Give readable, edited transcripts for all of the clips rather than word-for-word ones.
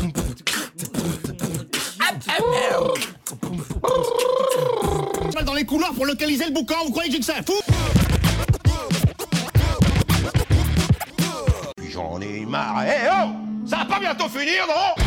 Dans les couloirs pour localiser le boucan, vous croyez que j'ai que ça à foutre? J'en ai marre. Eh oh! Ça va pas bientôt finir, non?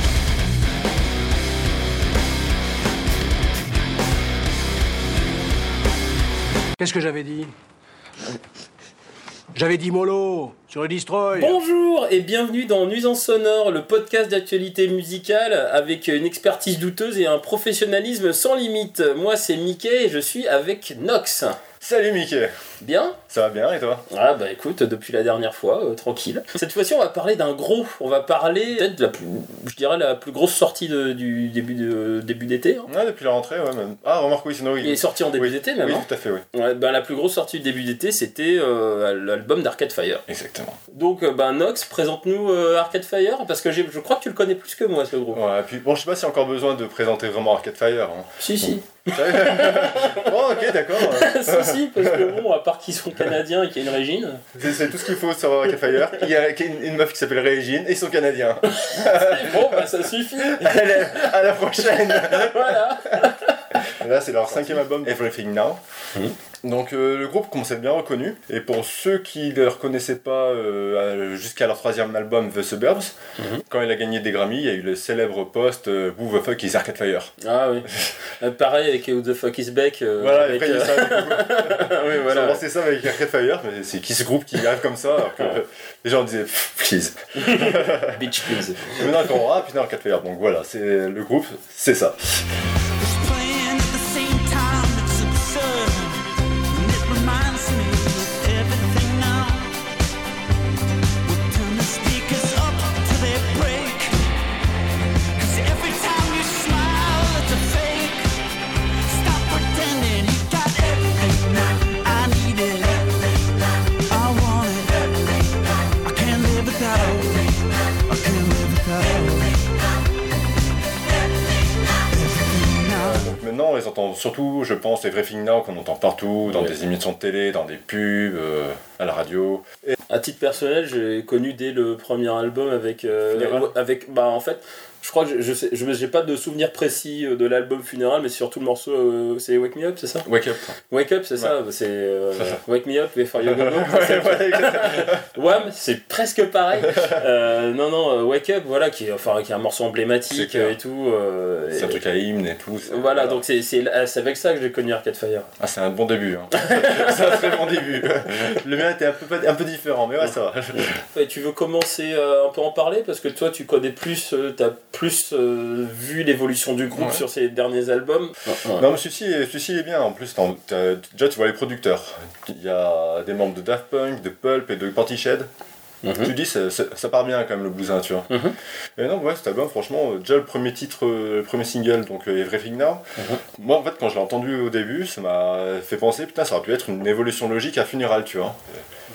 Qu'est-ce que j'avais dit? J'avais dit mollo sur le Destroy. Bonjour et bienvenue dans Nuisance Sonore, le podcast d'actualité musicale avec une expertise douteuse et un professionnalisme sans limite. Moi c'est Mickey et je suis avec Nox. Salut Mickey. Bien ? Ça va bien et toi? Ah bah écoute, depuis la dernière fois, tranquille. Cette fois-ci on va parler d'un gros, on va parler peut-être de la plus grosse sortie du début d'été. Hein. Ouais, depuis la rentrée, ouais. Même. Ah, remarque, oui, sinon oui. Il est sorti en début d'été même. Oui, hein. tout à fait, oui. Ouais, bah, la plus grosse sortie du début d'été c'était l'album d'Arcade Fire. Exactement. Donc Nox, présente-nous Arcade Fire, parce que je crois que tu le connais plus que moi ce groupe. Ouais, et puis bon, je sais pas s'il y a encore besoin de présenter vraiment Arcade Fire. Hein. Si. Bon, ok, d'accord. si, parce que bon, à part qu'ils sont canadiens et qu'il y a une Régine. C'est tout ce qu'il faut sur Arcade Fire. Il y a une meuf qui s'appelle Régine et ils sont canadiens. Bon, bah ça suffit. À la prochaine. Voilà. Là, c'est leur 5e album, Everything Now. Donc le groupe commence à être bien reconnu, et pour ceux qui ne le reconnaissaient pas jusqu'à leur 3e album The Suburbs, quand il a gagné des Grammy, il y a eu le célèbre post Who the fuck is Arcade Fire. Ah oui. Pareil avec Who the fuck is back. Voilà, avec, après il y a ça avec le groupe. Oui, voilà. Ils ont lancé ça avec Arcade Fire, mais c'est qui ce groupe qui arrive comme ça alors que les gens disaient please. Bitch please. Et maintenant ils font ah putain Arcade Fire, donc voilà, c'est le groupe, c'est ça. Maintenant, on les entend surtout, je pense, Everything Now qu'on entend partout, dans des émissions de télé, dans des pubs, à la radio. Et... À titre personnel, j'ai connu dès le premier album avec en fait, je crois que j'ai pas de souvenir précis de l'album Funeral, mais c'est surtout le morceau, c'est Wake Me Up, c'est ça? Wake Up. Wake Up, c'est ça, c'est Wake Me Up, Before You Go. Wham, c'est presque pareil. Wake Up, voilà, qui est un morceau emblématique et tout. C'est un truc à hymne et tout. Voilà, donc c'est avec ça que j'ai connu Arcade Fire. Ah, c'est un bon début. Hein. C'est un très bon début. Le mien était un peu différent, mais ouais, ça va. Et tu veux commencer un peu en parler, parce que toi tu connais plus, t'as plus vu l'évolution du groupe sur ces derniers albums. Non, mais celui-ci est bien. En plus, déjà tu vois les producteurs. Il y a des membres de Daft Punk, de Pulp et de Portishead. Tu dis ça part bien quand même le bluesin, tu vois. Et non, ouais, cet album, franchement, déjà le premier titre, le premier single, donc Everything Now. Moi, en fait, quand je l'ai entendu au début, ça m'a fait penser, putain, ça aurait pu être une évolution logique à Funeral, tu vois.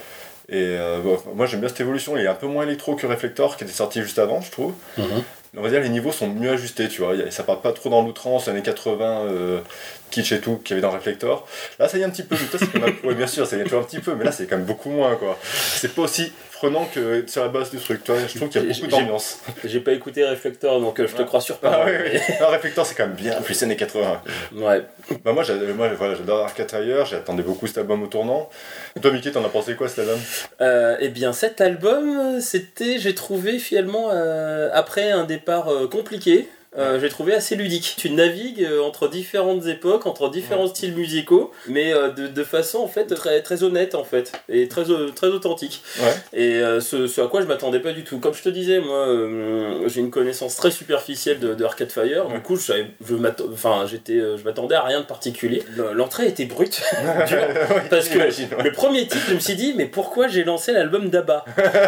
Et moi j'aime bien cette évolution, il est un peu moins électro que Reflector qui était sorti juste avant, je trouve. On va dire les niveaux sont mieux ajustés, tu vois, ça part pas trop dans l'outrance, années 80, kitsch et tout, qu'il y avait dans Reflector. Là ça y est un petit peu, mais c'est quand même... ouais, bien sûr, ça y est toujours un petit peu, mais là c'est quand même beaucoup moins, quoi. C'est pas aussi prenant que sur la base du truc, tu vois, je trouve qu'il y a beaucoup d'ambiance. J'ai pas écouté Reflector, donc je te crois sur pas. Ah oui. Non, Reflector c'est quand même bien plus années 80. Ouais. Bah moi j'adore Arcade Fire, j'attendais beaucoup cet album au tournant. Toi Mickey, t'en as pensé quoi cet album? Eh bien cet album, j'ai trouvé finalement, après un départ compliqué, j'ai trouvé assez ludique. Tu navigues entre différentes époques, entre différents styles musicaux, mais de façon en fait très, très honnête en fait, et très, très authentique. Et ce à quoi je m'attendais pas du tout. Comme je te disais, moi j'ai une connaissance très superficielle de Arcade Fire, du coup je m'attendais à rien de particulier. L'entrée était brute, parce que le premier titre je me suis dit mais pourquoi j'ai lancé l'album d'ABBA?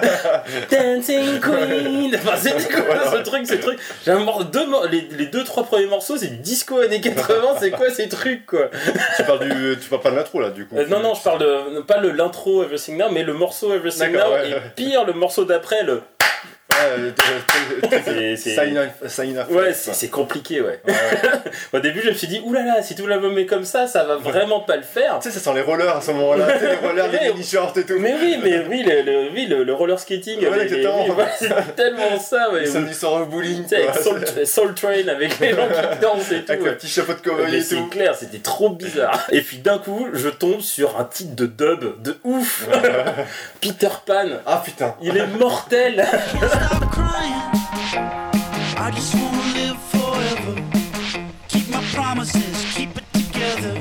Dancing Queen, enfin, c'était quoi ce truc? J'ai les 2-3 premiers morceaux c'est du disco années 80, c'est quoi ces trucs quoi? Tu parles pas de l'intro là du coup? Non, je parle de pas l'intro Everything Now, mais le morceau Everything Now, et pire le morceau d'après, le Sign of Ouais, Flex, c'est compliqué, ouais. ouais. Au début, je me suis dit, oulala, si tout l'album est comme ça va vraiment pas le faire. Tu sais, ça sent les rollers à ce moment-là, tu sais, les rollers, les mini-shorts et tout. Mais oui, le roller skating, Ouais, exactement. c'est tellement ça, ouais. Le samedi soir au bowling, Tu sais, avec quoi. Soul Train, avec les gens qui dansent et tout. Avec le petit chapeau de cowboy Mais et c'est tout. clair, c'était trop bizarre. Et puis d'un coup, je tombe sur un titre de dub de ouf. Peter Pan. Ah putain. Il est mortel. Stop crying. I just wanna live forever. Keep my promises, keep it together.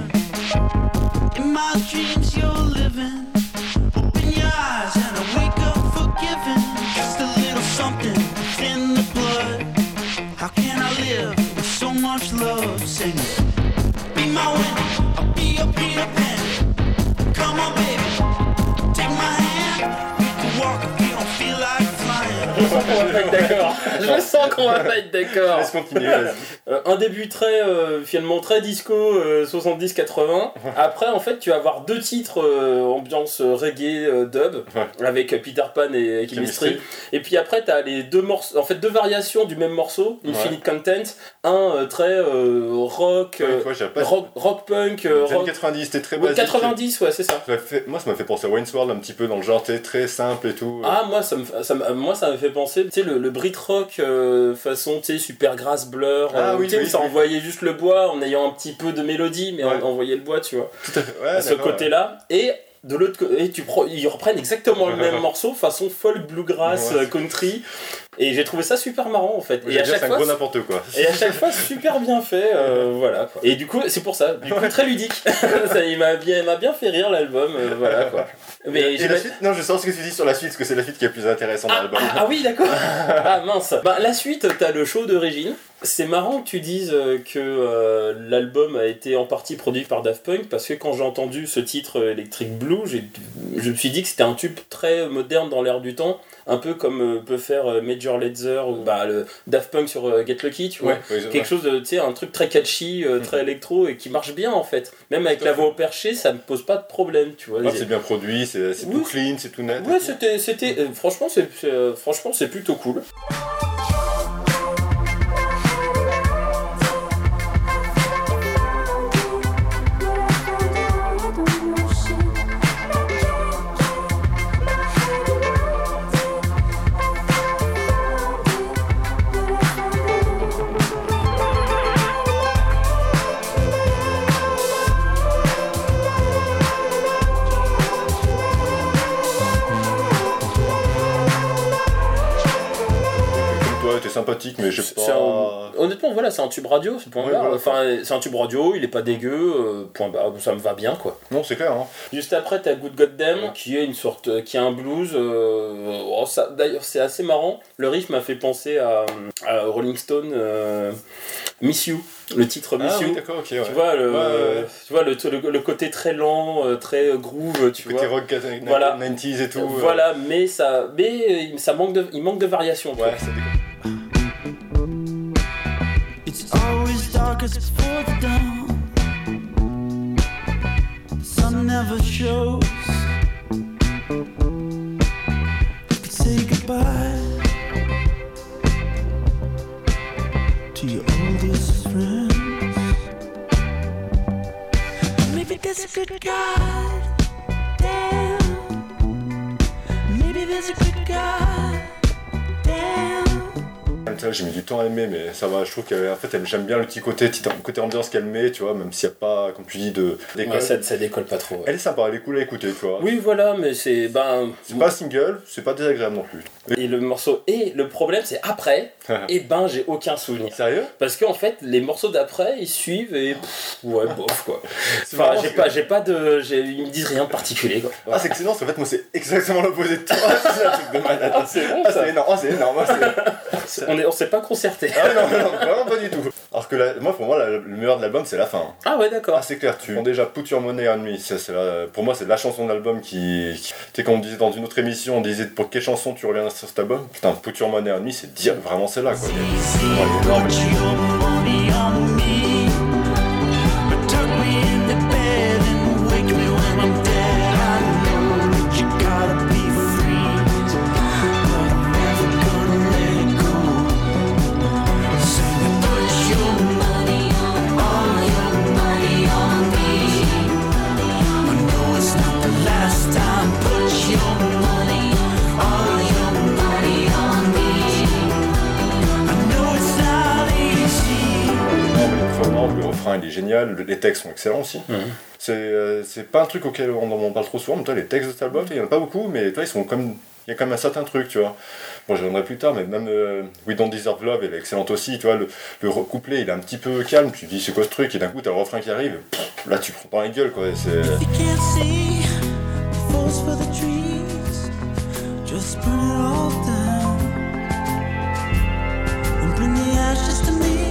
In my dreams, you're living. Open your eyes and I wake up forgiven. Just a little something in the blood. How can I live with so much love? Sing it. Be my wind, I'll be your Peter Pan. Come on, baby, take my hand. We can walk if you don't feel like flying. Je sens qu'on va pas être d'accord. Laisse continuer, vas-y. Un début très, finalement très disco, 70-80. Après, en fait, tu vas avoir deux titres ambiance reggae dub, avec Peter Pan et Chemistry. Et puis après, t'as les deux morceaux, en fait deux variations du même morceau, Infinite Content. Un très rock, rock punk, rock 90, c'était très basique. 90, ouais, c'est ça. Moi, ça m'a fait penser à Wayne's World un petit peu dans le genre, très simple et tout. Ah, moi, ça m'a fait penser, tu sais, le Brit rock façon, tu sais, Supergrass, Blur, tu sais, où ça envoyait juste le bois en ayant un petit peu de mélodie, mais on envoyait le bois, tu vois. Tout à fait. Ouais, ce côté-là. Et de l'autre côté, ils reprennent exactement le même morceau, façon folk, bluegrass, country. Et j'ai trouvé ça super marrant en fait. Et à chaque fois, gros n'importe quoi. Et à chaque fois, super bien fait, voilà. Quoi. Et du coup, c'est pour ça. Du coup, très ludique. Il m'a bien fait rire l'album, voilà quoi. Mais et la suite, non, je sens ce que tu dis sur la suite, parce que c'est la suite qui est plus intéressante dans l'album. Ah oui, d'accord. Ah mince. La suite, t'as le show d'origine. C'est marrant que tu dises que l'album a été en partie produit par Daft Punk, parce que quand j'ai entendu ce titre Electric Blue, je me suis dit que c'était un tube très moderne dans l'air du temps, un peu comme peut faire Major Lazer ou le Daft Punk sur Get Lucky, tu vois. Quelque chose de, tu sais, un truc très catchy, très électro et qui marche bien en fait. Même avec la voix au perché, ça me pose pas de problème, tu vois. C'est bien produit, c'est tout clean, c'est tout net. Ouais, c'était franchement, c'est plutôt cool. Sympathique, mais je sais pas. Honnêtement, voilà, c'est un tube radio, c'est point barre. Enfin, c'est un tube radio, il est pas dégueu, point barre, ça me va bien quoi. Non, c'est clair. Hein. Juste après, t'as Good Goddamn, qui est une sorte, qui a un blues. D'ailleurs, c'est assez marrant. Le riff m'a fait penser à Rolling Stone, Miss You. Le titre Miss You. Oui, d'accord, ok, ouais. Tu vois, tu vois le côté très lent, très groove, tu vois. Côté rock, voilà. 90s et tout. Voilà, mais il manque de variation. Ouais, c'est dégueu. It's always darkest before the dawn. The sun never shows. You could say goodbye to your oldest friends. Maybe there's a good God. Damn. Maybe there's a good God. Damn. J'ai mis du temps à aimer, mais ça va, je trouve qu'en fait j'aime bien le petit côté ambiance qu'elle met, tu vois, même s'il n'y a pas, comme tu dis, de décolle. Ouais, ça décolle pas trop. Ouais. Elle est sympa, elle est cool à écouter, tu vois. Oui, voilà, mais c'est pas un single, c'est pas désagréable non plus. Et le morceau, et le problème c'est après, j'ai aucun souvenir. Sérieux ? Parce qu'en fait, les morceaux d'après, ils suivent et ouais, bof quoi. Enfin, ils me disent rien de particulier quoi. Ah, c'est excellent, parce qu'en fait, moi c'est exactement l'opposé de toi, c'est un truc de malade. Ah, c'est bon ça. C'est énorme. On s'est pas concerté. Ah non, vraiment pas du tout. Alors que pour moi, le meilleur de l'album, c'est la fin. Ah ouais, d'accord. Ah, c'est clair, déjà Put Your Money on Me, pour moi, c'est la chanson de l'album qui... Tu sais, quand on disait dans une autre émission, on disait pour quelle chanson tu reviens sur cet album. Putain, Put Your Money on Me, c'est dire vraiment celle-là, quoi. énorme, le refrain il est génial, les textes sont excellents aussi. C'est pas un truc auquel on parle trop souvent, mais toi les textes de cet album, il y en a pas beaucoup, mais toi ils sont comme... Il y a quand même un certain truc, tu vois. Bon, je reviendrai plus tard, mais même We Don't Deserve Love, elle est excellente aussi, tu vois. Le couplet, il est un petit peu calme, tu te dis c'est quoi ce truc, et d'un coup t'as le refrain qui arrive, et là tu prends dans la gueule, quoi. If you can't see the forest for the trees, just burn it all down and bring the ashes to me.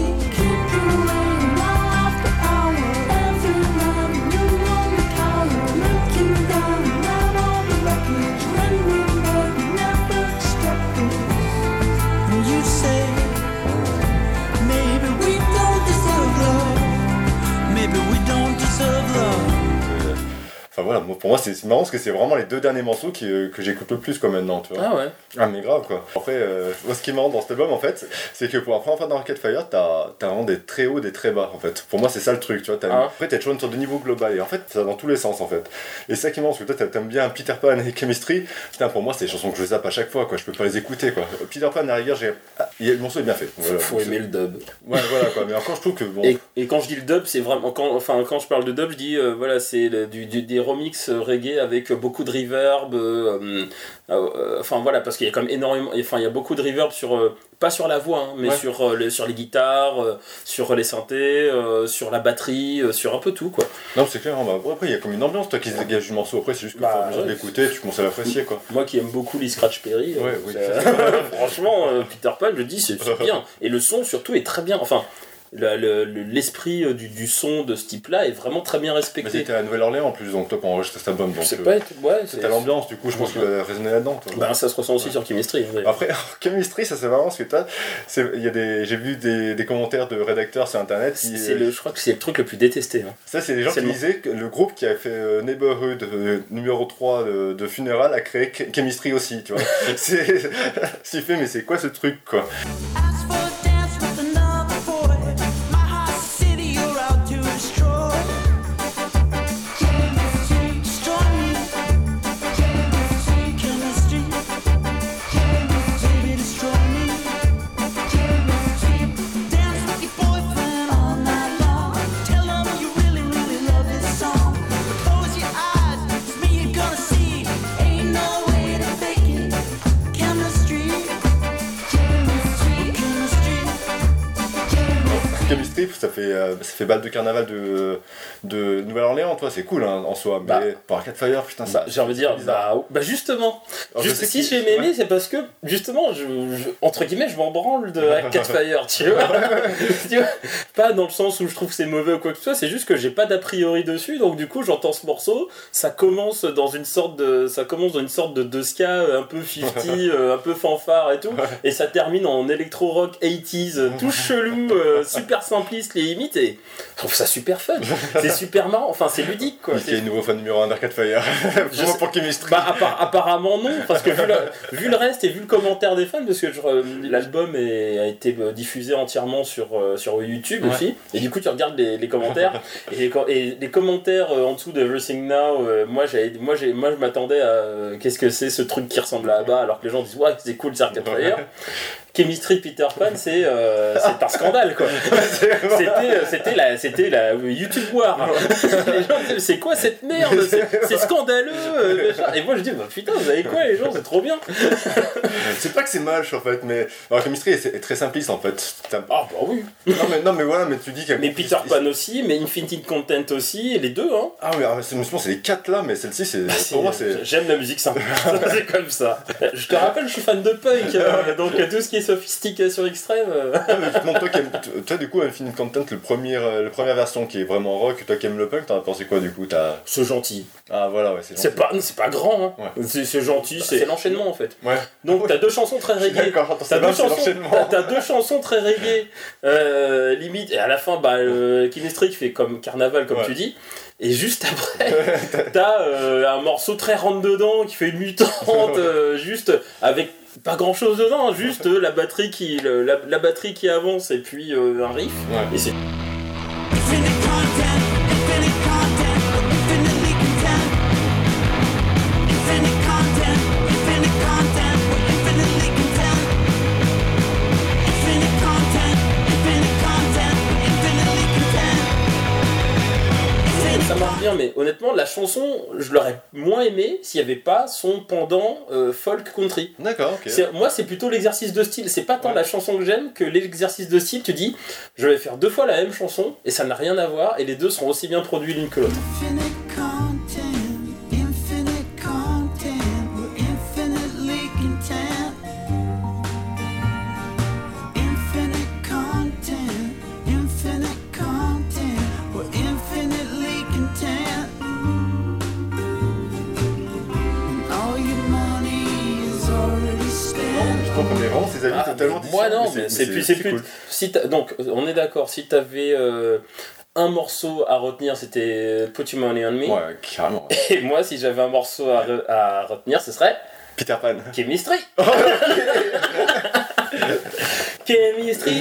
Enfin voilà, pour moi c'est marrant parce que c'est vraiment les 2 derniers morceaux que j'écoute le plus quoi maintenant, tu vois. Ah ouais. Ah mais grave quoi. Après, ce qui est marrant dans cet album en fait, c'est que pour la première fois dans Arcade Fire, t'as vraiment des très hauts, des très bas en fait. Pour moi c'est ça le truc, tu vois. Après t'as toujours une sorte de niveau global et en fait ça va dans tous les sens en fait. Et c'est ça qui est marrant parce que toi t'aimes bien Peter Pan et Chemistry. Putain pour moi c'est des chansons que je zappe à chaque fois quoi, je peux pas les écouter quoi. Peter Pan à la rigueur, le morceau est bien fait. Voilà, faut aimer le dub. Ouais voilà quoi, mais encore je trouve que bon... Et quand je dis le dub, c'est vraiment... Quand je parle de dub, je dis voilà, c'est des remix reggae avec beaucoup de reverb, enfin voilà, parce qu'il y a quand même énormément, enfin il y a beaucoup de reverb sur, pas sur la voix, hein, mais sur les guitares, sur les synthés, sur la batterie, sur un peu tout quoi. Non c'est clair, bah, après il y a comme une ambiance toi qui se dégage du morceau, après c'est juste que faut obligé de l'écouter, tu commences à l'apprécier quoi. Moi qui aime beaucoup Lee Scratch Perry, oui. franchement Peter Pan, je dis c'est bien, et le son surtout est très bien, enfin... L'esprit du son de ce type-là est vraiment très bien respecté. Mais c'était à Nouvelle-Orléans en plus, donc toi pour enregistrer cet album. C'est pas c'était l'ambiance, du coup je pense qu'il a résonné là-dedans. Bah, ça se ressent aussi sur Chemistry. Après, Chemistry, ça c'est marrant parce que j'ai vu des commentaires de rédacteurs sur internet. Je crois que c'est le truc le plus détesté. Hein. Ça, c'est les gens qui disaient que le groupe qui a fait Neighborhood numéro 3 de Funeral a créé Chemistry aussi, tu vois. C'est fait, mais c'est quoi ce truc quoi? Ça fait balle de carnaval de Nouvelle-Orléans, toi, c'est cool hein, en soi, mais pour Arcade Fire, putain, j'ai envie de dire, justement, si j'ai aimé, c'est parce que, justement, entre guillemets, je m'en branle de Arcade Fire, tu vois. Pas dans le sens où je trouve que c'est mauvais ou quoi que ce soit, c'est juste que j'ai pas d'a priori dessus, donc du coup, j'entends ce morceau, ça commence dans une sorte de ska un peu 50, un peu fanfare et tout, et ça termine en électro-rock 80s, tout chelou, super simpliste, les limites, et je trouve ça super fun, c'est super marrant, enfin c'est ludique quoi. C'est le nouveau fan numéro 1 d'Arcade Fire. Pour Chemistry. Apparemment non, parce que vu le reste et vu le commentaire des fans, parce que l'album a été diffusé entièrement sur YouTube aussi, et du coup tu regardes les commentaires, et les commentaires en dessous de Everything Now, moi je m'attendais à qu'est-ce que c'est ce truc qui ressemble à Abba, alors que les gens disent ouais c'est cool c'est Arcade Fire. Chemistry Peter Pan, c'est un scandale quoi. C'était la YouTube War. Les gens disent c'est quoi cette merde, c'est scandaleux. Et moi je dis bah putain vous avez quoi les gens, c'est trop bien. C'est pas que c'est moche en fait, mais alors Chemistry est très simpliste en fait. Ah bah oui. Non mais voilà, mais tu dis qu'il mais Peter Pan aussi, mais Infinite Content aussi, et les deux hein. Ah oui, c'est les 4 là, mais celle-ci c'est pour moi c'est. J'aime la musique simple. C'est comme ça. Je te rappelle, je suis fan de punk, donc tout ce qui est sophistication extrême. Toi du coup Infinite Content, la première version qui est vraiment rock, toi qui aimes le punk, t'en as pensé quoi du coup? C'est gentil. Ah voilà ouais, c'est gentil. C'est pas grand hein. Ouais. C'est gentil, c'est l'enchaînement en fait. Ouais. Donc t'as deux chansons très reggae. T'as deux chansons très reggae limite, et à la fin Chemistry qui fait comme Carnaval comme tu dis. Et juste après, t'as un morceau très rentre-dedans qui fait une mutante, juste avec pas grand-chose dedans, juste la batterie qui avance et puis un riff. Ouais. Et c'est... dire, mais honnêtement, la chanson, je l'aurais moins aimée s'il n'y avait pas son pendant folk country. D'accord, ok. Moi, c'est plutôt l'exercice de style. C'est pas tant la chanson que j'aime que l'exercice de style. Tu dis, je vais faire 2 fois la même chanson et ça n'a rien à voir et les deux seront aussi bien produits l'une que l'autre. Infinite content, we're infinitely content. Infinite content, we're infinitely content. And all your money is already spent. Je trouve qu'on est vraiment ces avis totalement différents. Moi non, mais mais c'est plus. cool. Donc, on est d'accord, si t'avais un morceau à retenir, c'était Put Your Money on Me. Ouais, carrément. Et moi, si j'avais un morceau à retenir, ce serait Peter Pan. Chemistry. Chemistry.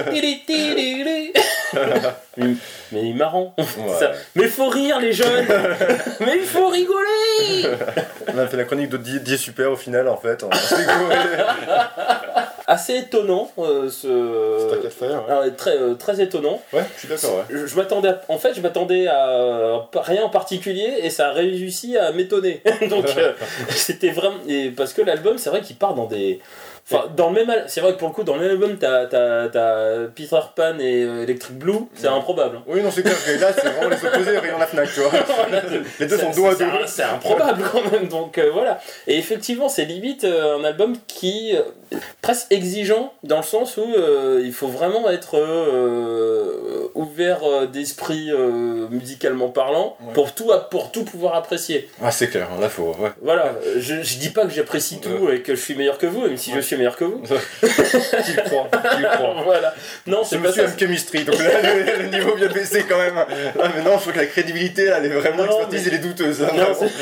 Mais il est marrant. Ouais. Mais il faut rire, les jeunes. Mais il faut rigoler. On a fait la chronique de Die Super au final, en fait. On s'est rigolé. Assez étonnant, C'est un cas de faire, ouais. Alors, très étonnant. Ouais, je suis d'accord, ouais. Je m'attendais à rien en particulier et ça a réussi à m'étonner. Donc c'était vraiment parce que l'album, c'est vrai qu'il part dans des dans le même c'est vrai que pour le coup dans le même album t'as Peter Pan et Electric Blue, c'est improbable. Oui, non, c'est clair que là, c'est vraiment les opposés, rayon la Fnac, tu vois. Les deux sont dos à dos. C'est improbable quand même, donc voilà. Et effectivement, c'est limite un album qui presque exigeant dans le sens où il faut vraiment être ouvert d'esprit musicalement parlant, ouais, pour tout pouvoir apprécier. Ah, c'est clair, là, faut. Ouais. Voilà, je dis pas que j'apprécie tout et que je suis meilleur que vous, même si je suis meilleur que vous. Qui le croit. Voilà. Non, c'est pas ça. Monsieur Chemistry, donc là, le niveau vient de baisser quand même. Ah, mais non, je trouve que la crédibilité, là, elle est vraiment expertise, elle est douteuse. Hein,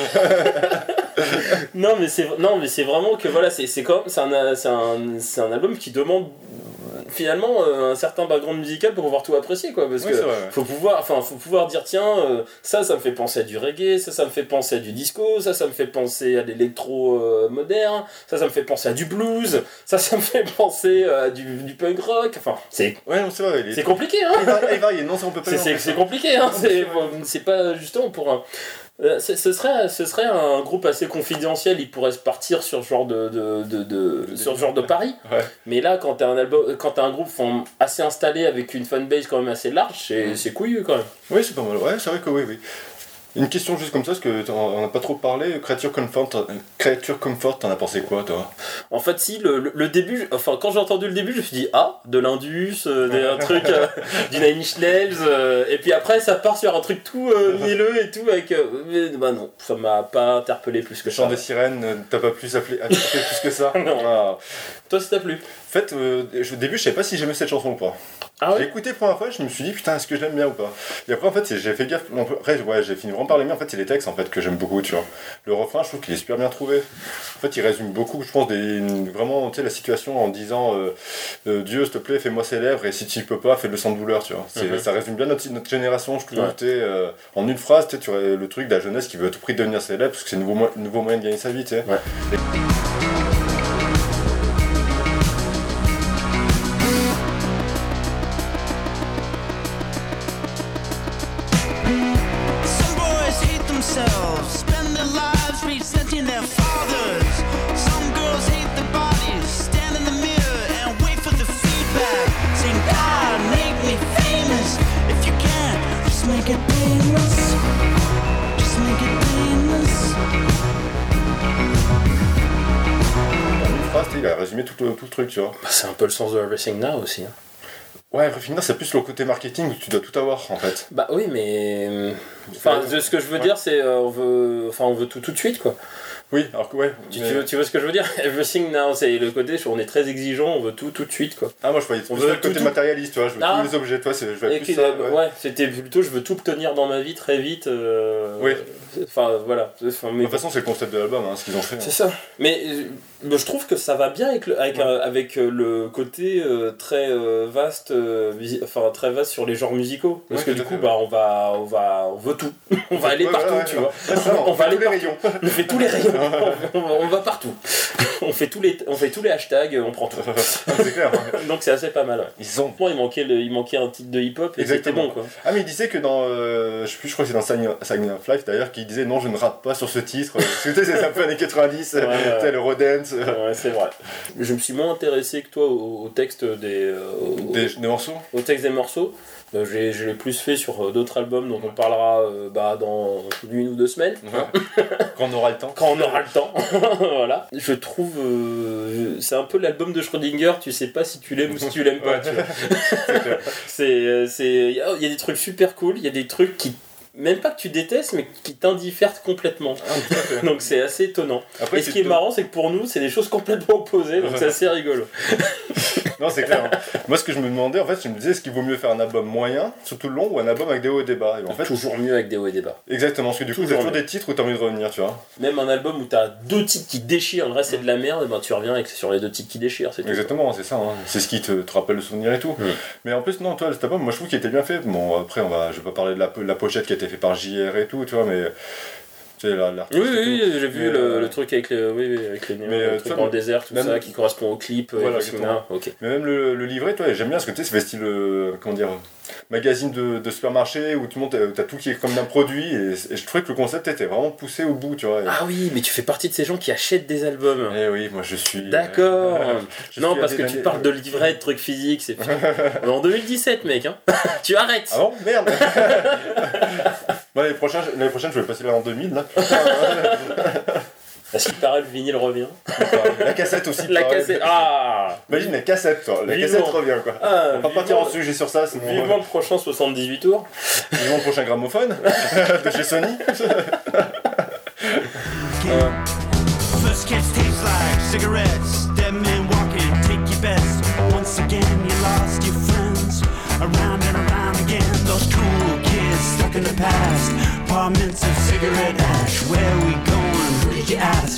non, mais c'est vraiment que voilà, c'est un album qui demande finalement un certain background musical pour pouvoir tout apprécier, quoi, parce que faut pouvoir dire tiens, ça me fait penser à du reggae, ça me fait penser à du disco, ça me fait penser à de l'électro moderne, ça me fait penser à du blues, ça me fait penser à du punk rock, enfin c'est vrai, c'est compliqué, hein. Et varié, non, ça on peut pas. C'est compliqué, hein. C'est pas justement pour un. Ce serait un groupe assez confidentiel, il pourrait se partir sur ce genre de pari. Ouais. Mais là, quand t'as un groupe assez installé avec une fanbase quand même assez large, c'est couillu quand même. Oui, c'est pas mal. Ouais, c'est vrai que oui. Une question juste comme ça, parce qu'on n'a pas trop parlé. Creature Comfort, t'en as pensé quoi, toi? En fait, si, le début, enfin, quand j'ai entendu le début, je me suis dit, de l'Indus, un truc du Nine Inch Nails, et puis après, ça part sur un truc tout mielleux et tout, avec. Bah non, ça m'a pas interpellé plus que ça. Chant des sirènes, t'as pas plus appelé plus que ça? Non. Ah. Toi, ça t'a plu? En fait, au début, je savais pas si j'aimais cette chanson ou pas. Ah ouais? J'ai écouté la première fois, je me suis dit putain, est-ce que je l'aime bien ou pas? Et après, en fait, j'ai fait gaffe. Après, j'ai fini vraiment par l'aimer. En fait, c'est les textes en fait que j'aime beaucoup, tu vois. Le refrain, je trouve qu'il est super bien trouvé. En fait, il résume beaucoup, je pense, vraiment, tu sais, la situation en disant Dieu, s'il te plaît, fais-moi célèbre, et si tu peux pas, fais-le sans douleur, tu vois. Ça résume bien notre génération, je trouve. Ouais. En une phrase, tu aurais le truc de la jeunesse qui veut à tout prix devenir célèbre parce que c'est le nouveau moyen de gagner sa vie, tu sais. Ouais. Il a résumé tout le truc, tu vois. Bah, c'est un peu le sens de Everything Now aussi. Hein. Ouais, Everything Now, c'est plus le côté marketing où tu dois tout avoir en fait. Bah oui, mais. Enfin, ce que je veux dire, c'est on veut tout de suite, quoi. Oui, alors que ouais. Tu vois ce que je veux dire? Everything Now, c'est le côté, on est très exigeant, on veut tout de suite, quoi. Ah, moi je voyais le côté matérialiste, tu vois, je veux tous les objets, toi, je veux plus ça. Ouais, c'était plutôt, je veux tout obtenir dans ma vie très vite. Oui. Enfin, voilà. Enfin, mais De toute façon, c'est le concept de l'album, ce qu'ils ont fait. c'est ça. Mais je trouve que ça va bien avec le côté très vaste, très vaste sur les genres musicaux. Parce que du coup, on veut tout. On va aller partout, tu vois. On va aller les rayons. On fait tous les rayons. On va partout. On fait tous les hashtags, on prend tout. C'est clair. Donc c'est assez pas mal. Ouais. Moi, Il manquait un titre de hip-hop et c'était bon, quoi. Ah, mais il disait que dans. je crois que c'est dans Sign of Life d'ailleurs, qu'il disait non, je ne rappe pas sur ce titre. Parce que tu sais, c'est un peu années 90, le Rodents. Ouais, c'est vrai. Je me suis moins intéressé que toi au texte des morceaux. Au texte des morceaux. Je l'ai plus fait sur d'autres albums dont on parlera dans 1 ou 2 semaines. Quand on aura le temps. Quand on aura le temps. Voilà. Je trouve. C'est un peu l'album de Schrödinger, tu sais pas si tu l'aimes ou si tu l'aimes pas. Tu vois. Il y a des trucs super cool, il y a des trucs qui. Même pas que tu détestes, mais qui t'indiffèrent complètement. Donc c'est assez étonnant. Après, et ce qui est marrant, c'est que pour nous, c'est des choses complètement opposées, donc c'est assez rigolo. Non, c'est clair. Moi, ce que je me demandais, en fait, je me disais, est-ce qu'il vaut mieux faire un album moyen, surtout long, ou un album avec des hauts et des bas? Et en fait, toujours mieux avec des hauts et des bas. Exactement, parce que du coup, t'as toujours des titres où t'as envie de revenir, tu vois. Même un album où t'as 2 titres qui déchirent, le reste c'est de la merde, et tu reviens sur les 2 titres qui déchirent. C'est exactement, c'est ça. C'est ce qui te rappelle le souvenir et tout. Mais en plus, non, toi, cet album, moi, je trouve qu'il était bien fait. Bon, après, je vais pas parler de la pochette qui a été faite par JR et tout, tu vois, mais. Oui, j'ai vu le truc avec les néons, le truc dans le désert, tout ça, qui correspond au clip. Voilà, okay. Mais même le livret, toi, j'aime bien ce que tu sais, c'est style, comment dire, magazine de supermarché où tout le monde, t'as tout qui est comme d'un produit, et je trouvais que le concept était vraiment poussé au bout, tu vois. Ah oui, mais tu fais partie de ces gens qui achètent des albums. Eh oui, moi je suis... D'accord. Non, parce que tu parles de livret, de trucs physiques, c'est... On est en 2017, mec, hein. Tu arrêtes. Ah bon? Merde. Moi, l'année prochaine, je vais passer là en 2000, là. Est-ce qu'il paraît le vinyle revient? La cassette aussi. La cassette, imagine la cassette, toi. La cassette revient, quoi. On va partir en sujet sur ça. Vivement le prochain 78 tours. Vivement le prochain gramophone de chez Sony. First kiss tastes like cigarettes. Dead men walking, take your best. Once again, you lost your friends. Around and around again. Those cool kids stuck in the past. Apartments of cigarette ash. Where we going? Who did you ask?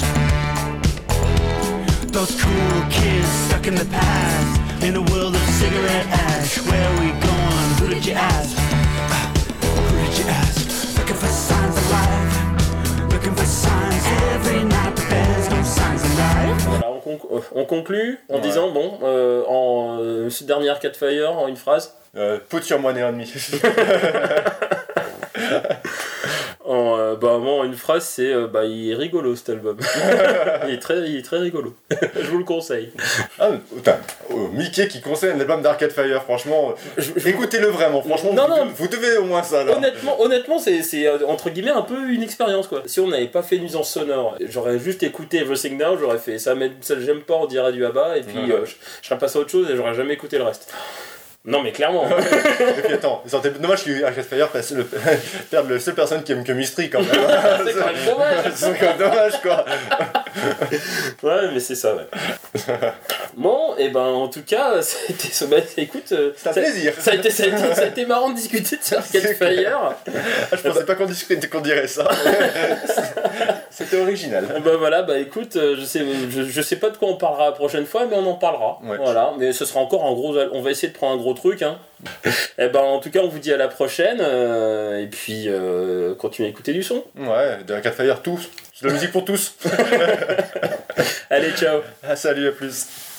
Those cool kids stuck in the past. In a world of cigarette ash. Where we going? Who did you ask? Who did you ask? Looking for signs of life. Looking for signs every night, but there's no signs of life. Voilà, on conclut en disant, ce dernier Arcade Fire, en une phrase. Potir-moi né et demi. Moi, une phrase, c'est il est rigolo cet album. il est très rigolo. Je vous le conseille. Ah, Mickey qui conseille un album d'Arcade Fire, franchement, écoutez-le vraiment, franchement, vous devez au moins ça là. Honnêtement, c'est entre guillemets un peu une expérience, quoi. Si on n'avait pas fait nuisance sonore, j'aurais juste écouté Everything Now, j'aurais fait ça j'aime pas, on dirait du ABBA, et puis je serais passé à autre chose et j'aurais jamais écouté le reste. Non mais clairement. Et puis attends, c'est dommage qu'Arcade Fire perde le seule personne qui aime que Mystery quand même. C'est quand même dommage. C'est quand même dommage, quoi. Ouais, mais c'est ça, ouais. Bon, et en tout cas, ça a été écoute, c'est un plaisir. Ça a été marrant de discuter de Arcade Fire. Je pensais pas qu'on dirait ça. C'était original. Écoute, je sais pas de quoi on parlera la prochaine fois, mais on en parlera. Ouais. Voilà, mais ce sera encore un gros. On va essayer de prendre un gros truc, hein. En tout cas, on vous dit à la prochaine, et puis continuez à écouter du son. Ouais, de Arcade Fire, tous. C'est de la musique pour tous. Allez, ciao. Salut, à plus.